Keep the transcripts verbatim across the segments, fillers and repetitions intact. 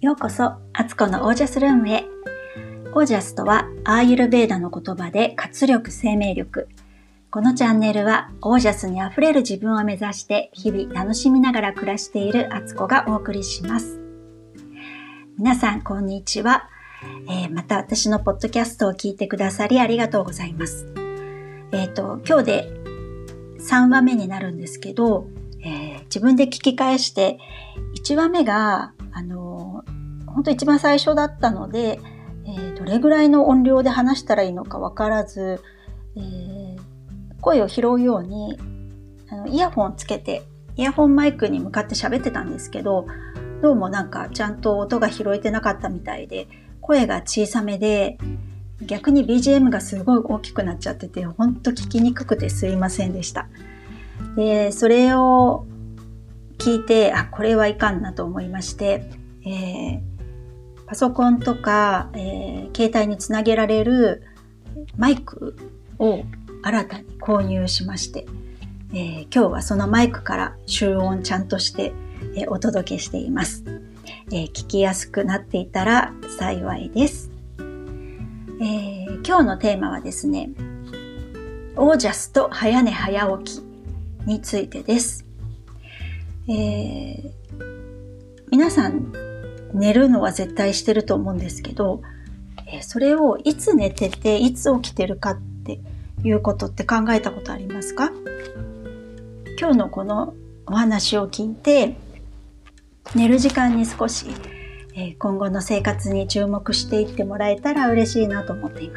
ようこそアツコのオージャスルームへ。オージャスとはアーユルヴェーダの言葉で活力、生命力。このチャンネルはオージャスにあふれる自分を目指して日々楽しみながら暮らしているアツコがお送りします。皆さんこんにちは、えー、また私のポッドキャストを聞いてくださりありがとうございます。えっと今日でさんわめになるんですけど、えー、自分で聞き返していちわめがあの本当一番最初だったので、えー、どれぐらいの音量で話したらいいのかわからず、えー、声を拾うようにあのイヤホンつけてイヤホンマイクに向かって喋ってたんですけど、どうもなんかちゃんと音が拾えてなかったみたいで、声が小さめで逆に ビージーエム がすごい大きくなっちゃってて、本当聞きにくくてすいませんでした。でそれを聞いて、あ、これはいかんなと思いまして、えー、パソコンとか、えー、携帯につなげられるマイクを新たに購入しまして、えー、今日はそのマイクから集音ちゃんとして、えー、お届けしています。えー、聞きやすくなっていたら幸いです。えー、今日のテーマはですね、オージャスと早寝早起きについてです。えー、皆さん寝るのは絶対してると思うんですけど、えー、それをいつ寝てていつ起きてるかっていうことって考えたことありますか？今日のこのお話を聞いて寝る時間に少し、えー、今後の生活に注目していってもらえたら嬉しいなと思っています。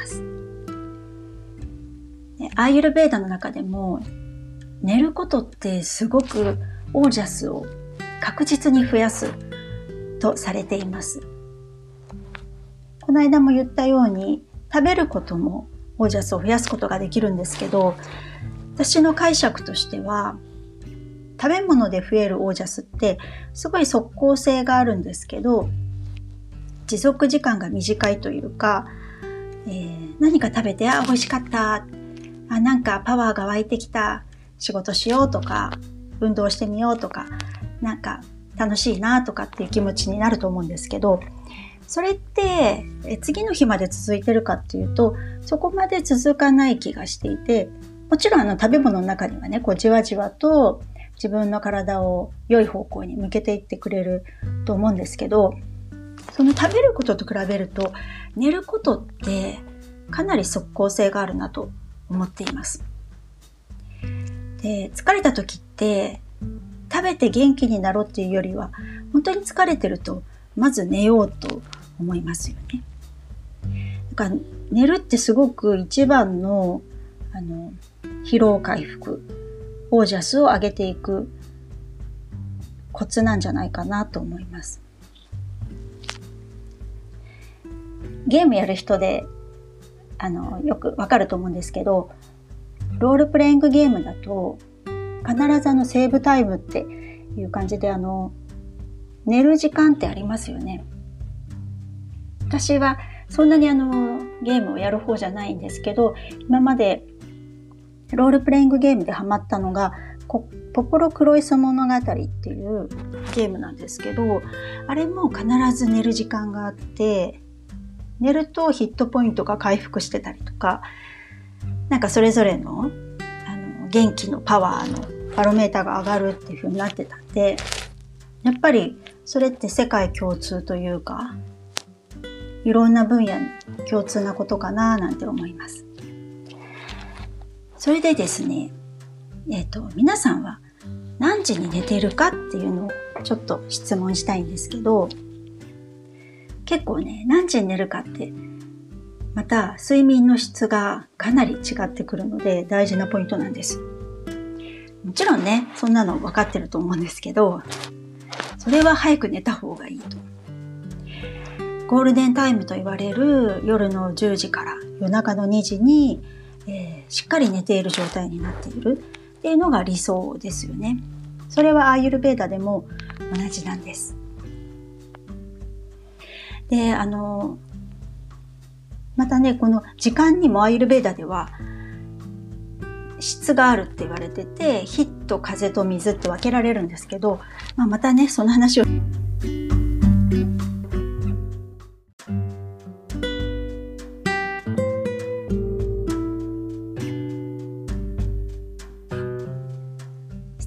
アーユルヴェーダの中でも寝ることってすごくオージャスを確実に増やすとされています。この間も言ったように食べることもオージャスを増やすことができるんですけど、私の解釈としては食べ物で増えるオージャスってすごい即効性があるんですけど、持続時間が短いというか、えー、何か食べてあ美味しかった、あなんかパワーが湧いてきた、仕事しようとか運動してみようとかなんか楽しいなとかっていう気持ちになると思うんですけど、それって次の日まで続いてるかっていうとそこまで続かない気がしていて、もちろんあの食べ物の中にはねこうじわじわと自分の体を良い方向に向けていってくれると思うんですけど、その食べることと比べると寝ることってかなり即効性があるなと思っています。で疲れた時って食べて元気になろうっていうよりは本当に疲れてるとまず寝ようと思いますよね。だから寝るってすごく一番の、あの疲労回復、オージャスを上げていくコツなんじゃないかなと思います。ゲームやる人であのよくわかると思うんですけど、ロールプレイングゲームだと必ずあのセーブタイムっていう感じであの寝る時間ってありますよね。私はそんなにあのゲームをやる方じゃないんですけど、今までロールプレイングゲームでハマったのがポポロクロイス物語っていうゲームなんですけど、あれも必ず寝る時間があって、寝るとヒットポイントが回復してたりとか、なんかそれぞれの、あの元気のパワーのバロメーターが上がるっていう風になってたんで、やっぱりそれって世界共通というかいろんな分野に共通なことかななんて思います。それでですね、えっと皆さんは何時に寝ているかっていうのをちょっと質問したいんですけど、結構ね何時に寝るかってまた睡眠の質がかなり違ってくるので大事なポイントなんです。もちろんねそんなの分かってると思うんですけど、それは早く寝た方がいいと。ゴールデンタイムと言われる夜のじゅうじから夜中のにじに、えー、しっかり寝ている状態になっているっていうのが理想ですよね。それはアーユルヴェーダでも同じなんです。で、あのまたねこの時間にもアーユルヴェーダでは質があるって言われてて、火と風と水って分けられるんですけど、まあ、またねその話を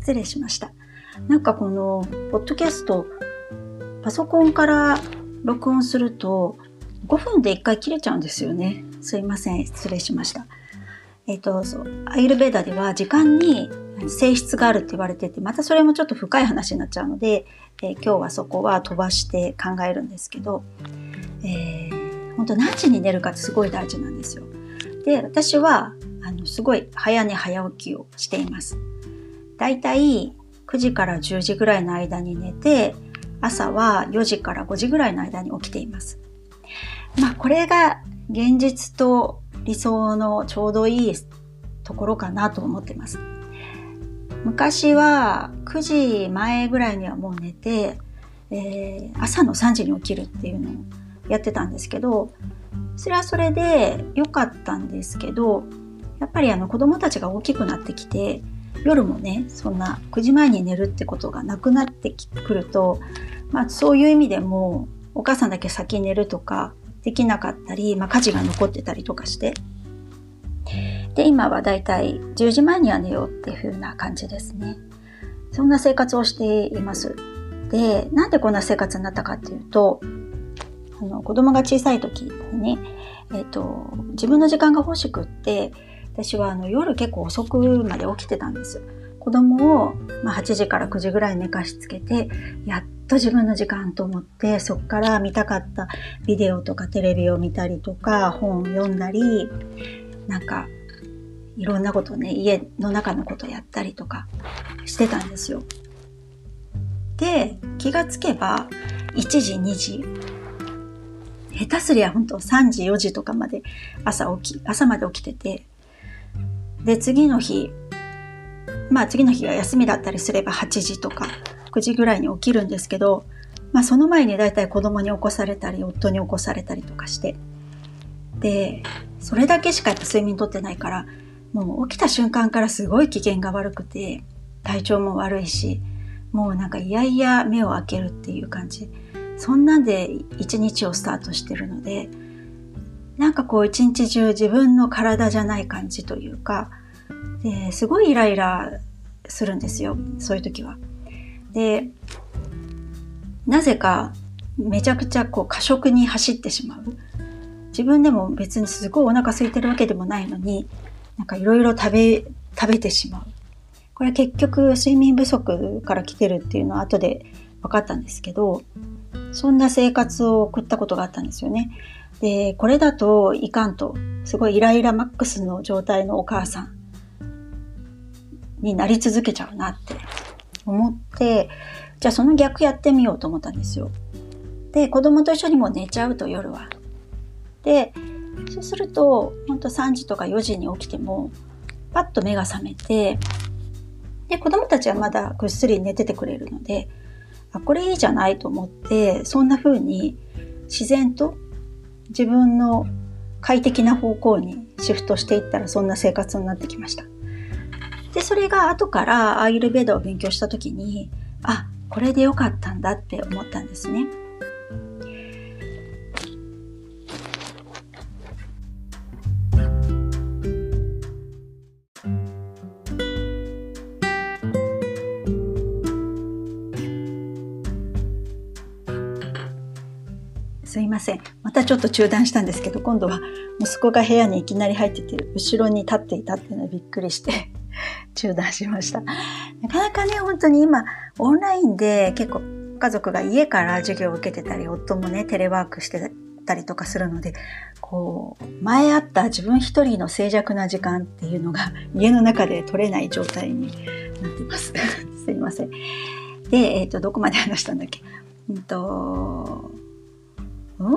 失礼しました。なんかこのポッドキャスト、パソコンから録音するとごふんでいっかい切れちゃうんですよね。すいません、失礼しました。えっと、そう、アイルベーダでは時間に性質があるって言われてて、またそれもちょっと深い話になっちゃうので、えー、今日はそこは飛ばして考えるんですけど、えー、本当何時に寝るかってすごい大事なんですよ。で、私はあのすごい早寝早起きをしています。だいたいくじからじゅうじぐらいの間に寝て、朝はよじからごじぐらいの間に起きています。まあこれが現実と理想のちょうどいいところかなと思ってます。昔はくじまえぐらいにはもう寝て、えー、朝のさんじに起きるっていうのをやってたんですけど、それはそれで良かったんですけど、やっぱりあの子供たちが大きくなってきて、夜もねそんなくじまえに寝るってことがなくなってくると、まあ、そういう意味でもお母さんだけ先に寝るとかできなかったり、まあ、家事が残ってたりとかして、で今はだいたいじゅうじまえには寝ようっていう風な感じですね。そんな生活をしています。で、なんでこんな生活になったかっていうと、あの子供が小さい時にね、えっと、自分の時間が欲しくって、私はあの夜結構遅くまで起きてたんです。子供を、まあ、はちじからくじぐらい寝かしつけて、やっと自分の時間と思って、そこから見たかったビデオとかテレビを見たりとか、本を読んだり、なんかいろんなことね、家の中のことやったりとかしてたんですよ。で、気がつけばいちじ、にじ、下手すりゃ本当さんじ、よじとかまで朝起き、朝まで起きてて、で、次の日、まあ次の日が休みだったりすればはちじとかくじぐらいに起きるんですけど、まあその前にだいたい子供に起こされたり、夫に起こされたりとかして、で、それだけしかやっぱ睡眠とってないから、もう起きた瞬間からすごい機嫌が悪くて、体調も悪いし、もうなんかいやいや目を開けるっていう感じ。そんなんで一日をスタートしてるので、なんかこう一日中自分の体じゃない感じというか、ですごいイライラするんですよ、そういう時は。で、なぜかめちゃくちゃこう過食に走ってしまう。自分でも別にすごいお腹空いてるわけでもないのに、なんかいろいろ食べ、食べてしまう。これは結局睡眠不足から来てるっていうのは後で分かったんですけど、そんな生活を送ったことがあったんですよね。で、これだといかんと、すごいイライラマックスの状態のお母さんになり続けちゃうなって思って、じゃあその逆やってみようと思ったんですよ。で、子供と一緒にもう寝ちゃうと、夜は。で、そうすると本当さんじとかよじに起きてもパッと目が覚めて、で子供たちはまだぐっすり寝ててくれるので、あ、これいいじゃないと思って、そんな風に自然と自分の快適な方向にシフトしていったら、そんな生活になってきました。で、それが後からアーユルヴェーダを勉強した時に、あ、これでよかったんだって思ったんですね。すいません。またちょっと中断したんですけど、今度は息子が部屋にいきなり入ってて、後ろに立っていたっていうのにびっくりして中断しました。なかなかね、本当に今オンラインで結構家族が家から授業を受けてたり、夫もねテレワークしてたりとかするので、こう前あった自分一人の静寂な時間っていうのが家の中で取れない状態になってますすいません。で、えっとどこまで話したんだっけ。うんとん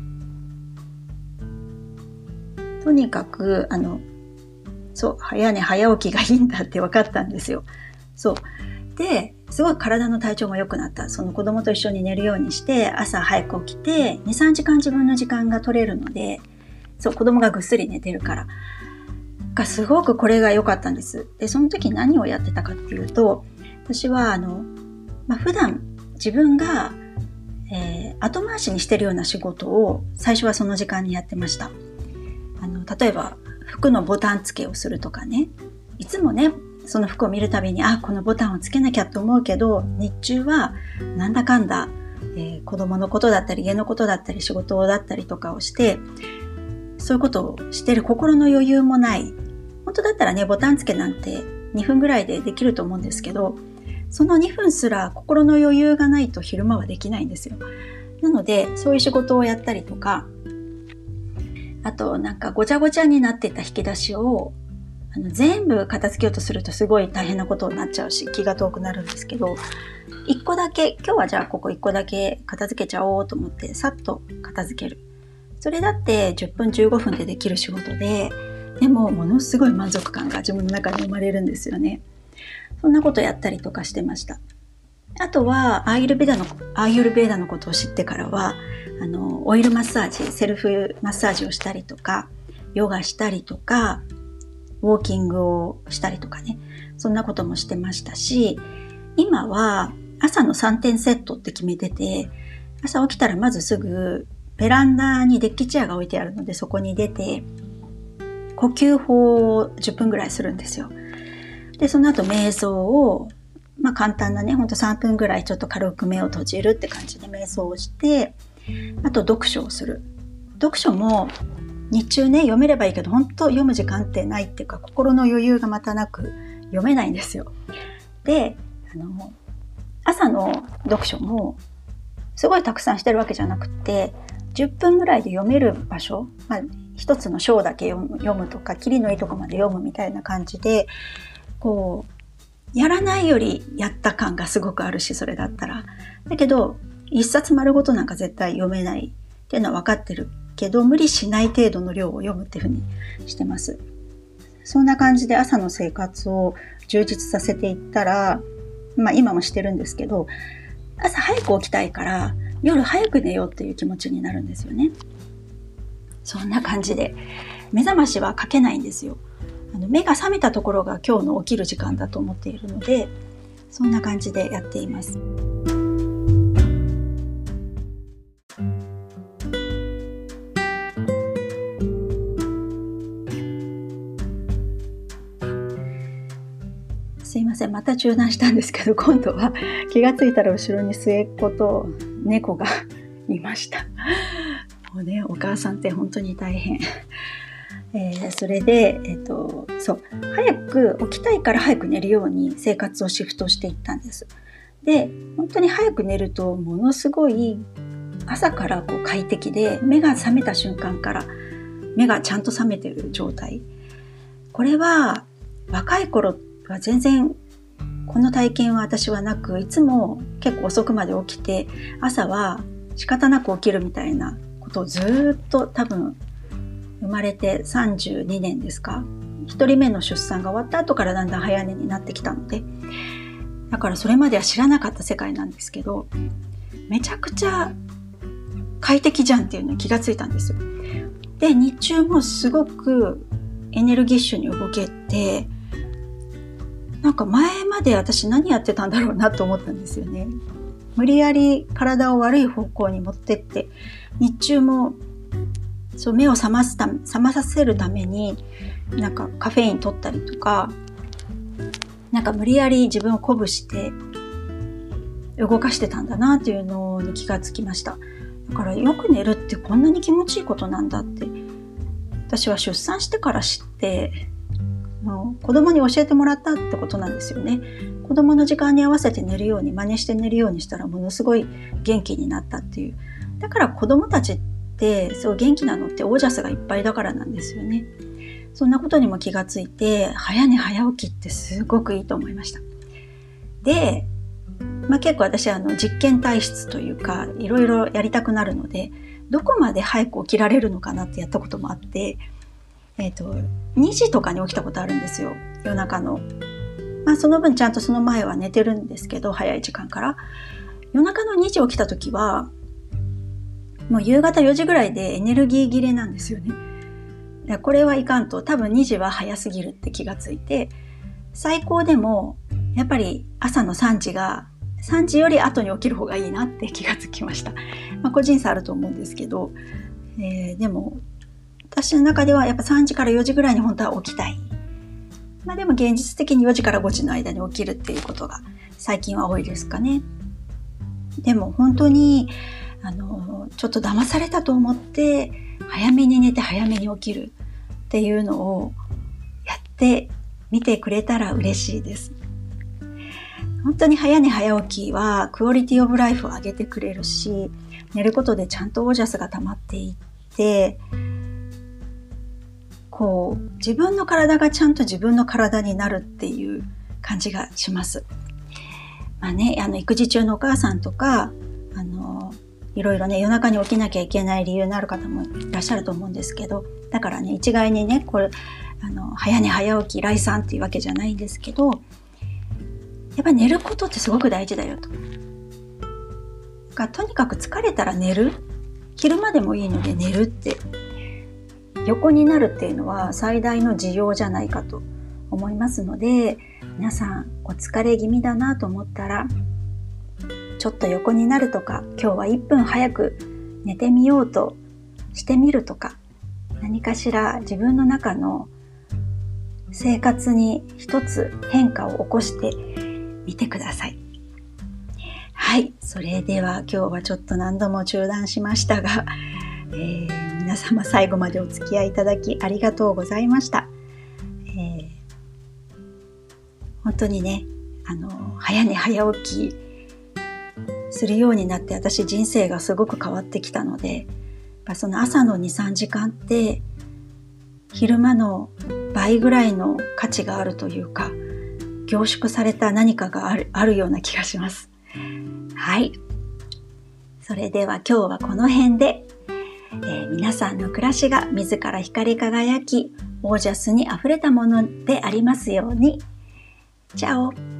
とにかくあのそう早寝早起きがいいんだって分かったんですよ。そうですごい体の体調も良くなった。その子供と一緒に寝るようにして朝早く起きて にさんじかん自分の時間が取れるので、そう子供がぐっすり寝てるからがすごくこれが良かったんです。でその時何をやってたかっていうと、私はあの、まあ、普段自分がえー、後回しにしてるような仕事を最初はその時間にやってました。あの例えば服のボタン付けをするとかね、いつもねその服を見るたびに、あ、このボタンをつけなきゃと思うけど、日中はなんだかんだ、えー、子供のことだったり家のことだったり仕事だったりとかをして、そういうことをしてる心の余裕もない。本当だったらね、ボタンつけなんてにふんぐらいでできると思うんですけど、そのにふんすら心の余裕がないと昼間はできないんですよ。なので、そういう仕事をやったりとか、あとなんかごちゃごちゃになってた引き出しをあの全部片付けようとするとすごい大変なことになっちゃうし、気が遠くなるんですけど、いっこだけ、今日はじゃあここいっこだけ片付けちゃおうと思ってさっと片付ける。それだってじゅっぷんじゅうごふんでできる仕事で、でもものすごい満足感が自分の中に生まれるんですよね。そんなことやったりとかしてました。あとはアーユルベーダのアーユルベーダのことを知ってからは、あのオイルマッサージ、セルフマッサージをしたりとか、ヨガしたりとか、ウォーキングをしたりとかね、そんなこともしてましたし、今は朝のさんてんセットって決めてて、朝起きたらまずすぐベランダにデッキチェアが置いてあるので、そこに出て呼吸法をじゅっぷんぐらいするんですよ。で、その後瞑想を、まあ簡単なね、ほんとさんぷんぐらいちょっと軽く目を閉じるって感じで瞑想をして、あと読書をする。読書も日中ね、読めればいいけど、本当読む時間ってないっていうか、心の余裕がまたなく読めないんですよ。で、あの、朝の読書もすごいたくさんしてるわけじゃなくて、じゅっぷんぐらいで読める場所、まあ、一つの章だけ読む、読むとか、キリのいいとこまで読むみたいな感じで、こう、やらないよりやった感がすごくあるし、それだったら。だけど、一冊丸ごとなんか絶対読めないっていうのは分かってるけど、無理しない程度の量を読むっていうふうにしてます。そんな感じで朝の生活を充実させていったら、まあ今もしてるんですけど、朝早く起きたいから夜早く寝ようっていう気持ちになるんですよね。そんな感じで目覚ましはかけないんですよ。あの目が覚めたところが今日の起きる時間だと思っているので、そんな感じでやっています。すいません、また中断したんですけど、今度は気がついたら後ろに末っ子と猫がいました。もうね、お母さんって本当に大変。えー、それで、えーと、そう、早く起きたいから早く寝るように生活をシフトしていったんです。で、本当に早く寝るとものすごい朝からこう快適で、目が覚めた瞬間から目がちゃんと覚めてる状態。これは若い頃は全然この体験は私はなく、いつも結構遅くまで起きて朝は仕方なく起きるみたいなことをずっと、多分生まれてさんじゅうにねんですか、ひとりめの出産が終わった後からだんだん早寝になってきたので、だからそれまでは知らなかった世界なんですけど、めちゃくちゃ快適じゃんっていうのに気がついたんですよ。で、日中もすごくエネルギッシュに動けて、なんか前まで私何やってたんだろうなと思ったんですよね。無理やり体を悪い方向に持ってって、日中もそう目を覚ますため、覚まさせるためになんかカフェイン取ったりとか、なんか無理やり自分を鼓舞して動かしてたんだなっていうのに気がつきました。だからよく寝るってこんなに気持ちいいことなんだって、私は出産してから知って、もう子供に教えてもらったってことなんですよね。子供の時間に合わせて寝るように、真似して寝るようにしたらものすごい元気になったっていう。だから子供たちってそう元気なのってオージャスがいっぱいだからなんですよね。そんなことにも気がついて、早寝早起きってすごくいいと思いました。で、まあ、結構私はあの実験体質というか、いろいろやりたくなるので、どこまで早く起きられるのかなってやったこともあって、えっと、にじとかに起きたことあるんですよ、夜中の。まあその分ちゃんとその前は寝てるんですけど、早い時間から。夜中のにじ起きた時は、もう夕方よじぐらいでエネルギー切れなんですよね。これはいかんと、多分にじは早すぎるって気がついて、最高でもやっぱり朝のさんじが、さんじより後に起きる方がいいなって気がつきました。まあ個人差あると思うんですけど、えー、でも私の中ではやっぱさんじからよじぐらいに本当は起きたい。 まあでも現実的によじからごじの間に起きるっていうことが最近は多いですかね。でも本当にあのちょっと騙されたと思って早めに寝て早めに起きるっていうのをやってみてくれたら嬉しいです。本当に早寝早起きはクオリティオブライフを上げてくれるし、寝ることでちゃんとオージャスが溜まっていって、こう自分の体がちゃんと自分の体になるっていう感じがします。まあね、あの育児中のお母さんとか、あのいろいろね夜中に起きなきゃいけない理由のある方もいらっしゃると思うんですけど、だからね一概にねこれあの早寝早起き来産っていうわけじゃないんですけど、やっぱり寝ることってすごく大事だよと。だからとにかく疲れたら寝る、昼間でもいいので寝るって、横になるっていうのは最大の需要じゃないかと思いますので、皆さんお疲れ気味だなと思ったらちょっと横になるとか、今日はいっぷん早く寝てみようとしてみるとか、何かしら自分の中の生活に一つ変化を起こしてみてください。はい、それでは今日はちょっと何度も中断しましたが、えー、皆様最後までお付き合いいただきありがとうございました。えー、本当にね、あの早寝早起きするようになって私人生がすごく変わってきたので、やっぱその朝の にさんじかんって昼間の倍ぐらいの価値があるというか、凝縮された何かがある、あるような気がします。はい。それでは今日はこの辺で、えー、皆さんの暮らしが自ら光り輝き、オージャスにあふれたものでありますように。チャオ。